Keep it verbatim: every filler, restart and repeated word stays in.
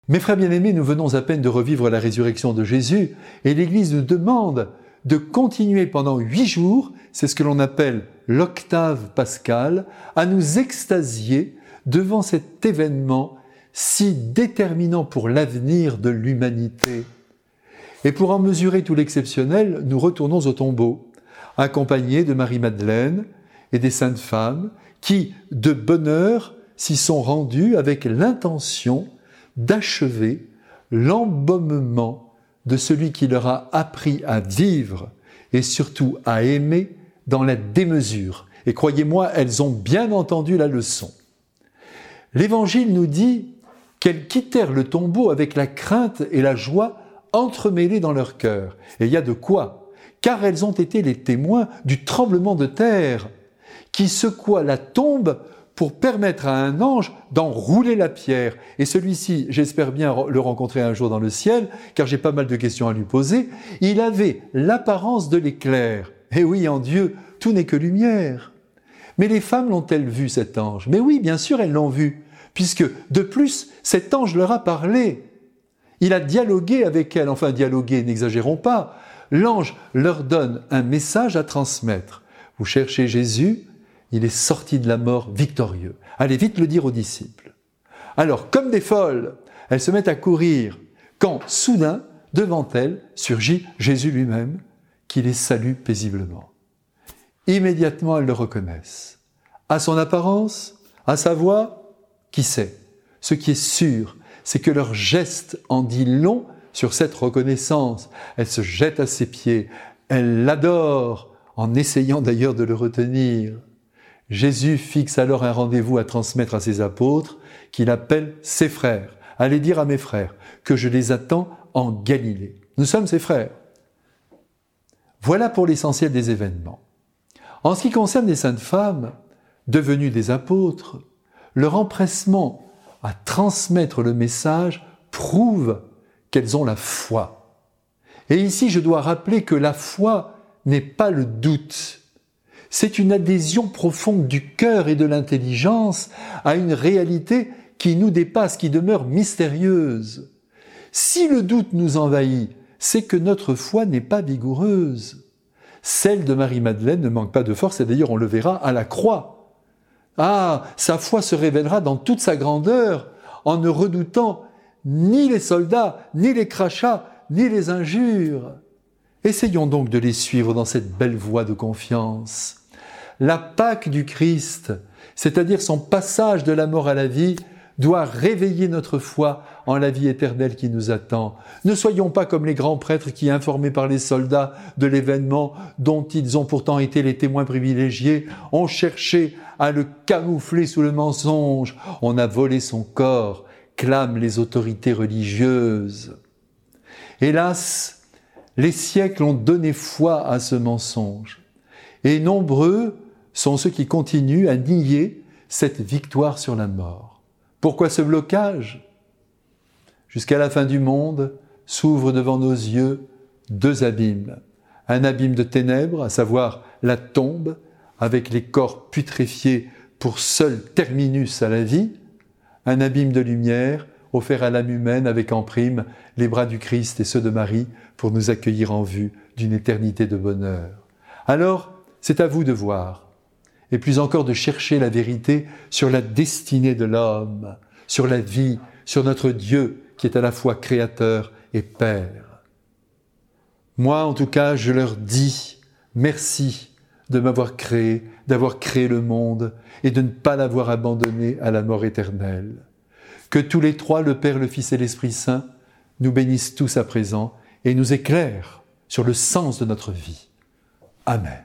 Mes frères bien-aimés, nous venons à peine de revivre la résurrection de Jésus et l'Église nous demande de continuer pendant huit jours, c'est ce que l'on appelle l'octave pascale, à nous extasier devant cet événement si déterminant pour l'avenir de l'humanité. Et pour en mesurer tout l'exceptionnel, nous retournons au tombeau, accompagnés de Marie-Madeleine et des saintes femmes qui, de bonne heure, s'y sont rendues avec l'intention d'achever l'embaumement de celui qui leur a appris à vivre et surtout à aimer dans la démesure. Et croyez-moi, elles ont bien entendu la leçon. L'Évangile nous dit qu'elles quittèrent le tombeau avec la crainte et la joie entremêlées dans leur cœur. Et il y a de quoi, car elles ont été les témoins du tremblement de terre qui secoua la tombe pour permettre à un ange d'enrouler la pierre. Et celui-ci, j'espère bien le rencontrer un jour dans le ciel, car j'ai pas mal de questions à lui poser. Il avait l'apparence de l'éclair. Et oui, en Dieu, tout n'est que lumière. Mais les femmes l'ont-elles vu, cet ange? Mais oui, bien sûr, elles l'ont vu, puisque, de plus, cet ange leur a parlé. Il a dialogué avec elles, enfin dialogué, n'exagérons pas. L'ange leur donne un message à transmettre. Vous cherchez Jésus, il est sorti de la mort victorieux. Allez vite le dire aux disciples. Alors, comme des folles, elles se mettent à courir, quand, soudain, devant elles, surgit Jésus lui-même, qui les salue paisiblement. Immédiatement, elles le reconnaissent. À son apparence, à sa voix, qui sait? Ce qui est sûr, c'est que leur geste en dit long sur cette reconnaissance. Elles se jettent à ses pieds, elles l'adorent, en essayant d'ailleurs de le retenir. Jésus fixe alors un rendez-vous à transmettre à ses apôtres, qu'il appelle ses frères. Allez dire à mes frères que je les attends en Galilée. Nous sommes ses frères. Voilà pour l'essentiel des événements. En ce qui concerne les saintes femmes, devenues des apôtres, leur empressement à transmettre le message prouve qu'elles ont la foi. Et ici, je dois rappeler que la foi n'est pas le doute. C'est une adhésion profonde du cœur et de l'intelligence à une réalité qui nous dépasse, qui demeure mystérieuse. Si le doute nous envahit, c'est que notre foi n'est pas vigoureuse. Celle de Marie-Madeleine ne manque pas de force, et d'ailleurs on le verra à la croix. Ah, sa foi se révélera dans toute sa grandeur, en ne redoutant ni les soldats, ni les crachats, ni les injures. Essayons donc de les suivre dans cette belle voie de confiance. La Pâque du Christ, c'est-à-dire son passage de la mort à la vie, doit réveiller notre foi en la vie éternelle qui nous attend. Ne soyons pas comme les grands prêtres qui, informés par les soldats de l'événement dont ils ont pourtant été les témoins privilégiés, ont cherché à le camoufler sous le mensonge. On a volé son corps, clament les autorités religieuses. Hélas, les siècles ont donné foi à ce mensonge. Et nombreux sont ceux qui continuent à nier cette victoire sur la mort. Pourquoi ce blocage? Jusqu'à la fin du monde, s'ouvrent devant nos yeux deux abîmes. Un abîme de ténèbres, à savoir la tombe, avec les corps putréfiés pour seul terminus à la vie. Un abîme de lumière, offert à l'âme humaine avec en prime les bras du Christ et ceux de Marie pour nous accueillir en vue d'une éternité de bonheur. Alors, c'est à vous de voir, et plus encore de chercher la vérité sur la destinée de l'homme, sur la vie, sur notre Dieu qui est à la fois Créateur et Père. Moi, en tout cas, je leur dis merci de m'avoir créé, d'avoir créé le monde et de ne pas l'avoir abandonné à la mort éternelle. Que tous les trois, le Père, le Fils et l'Esprit Saint, nous bénissent tous à présent et nous éclairent sur le sens de notre vie. Amen.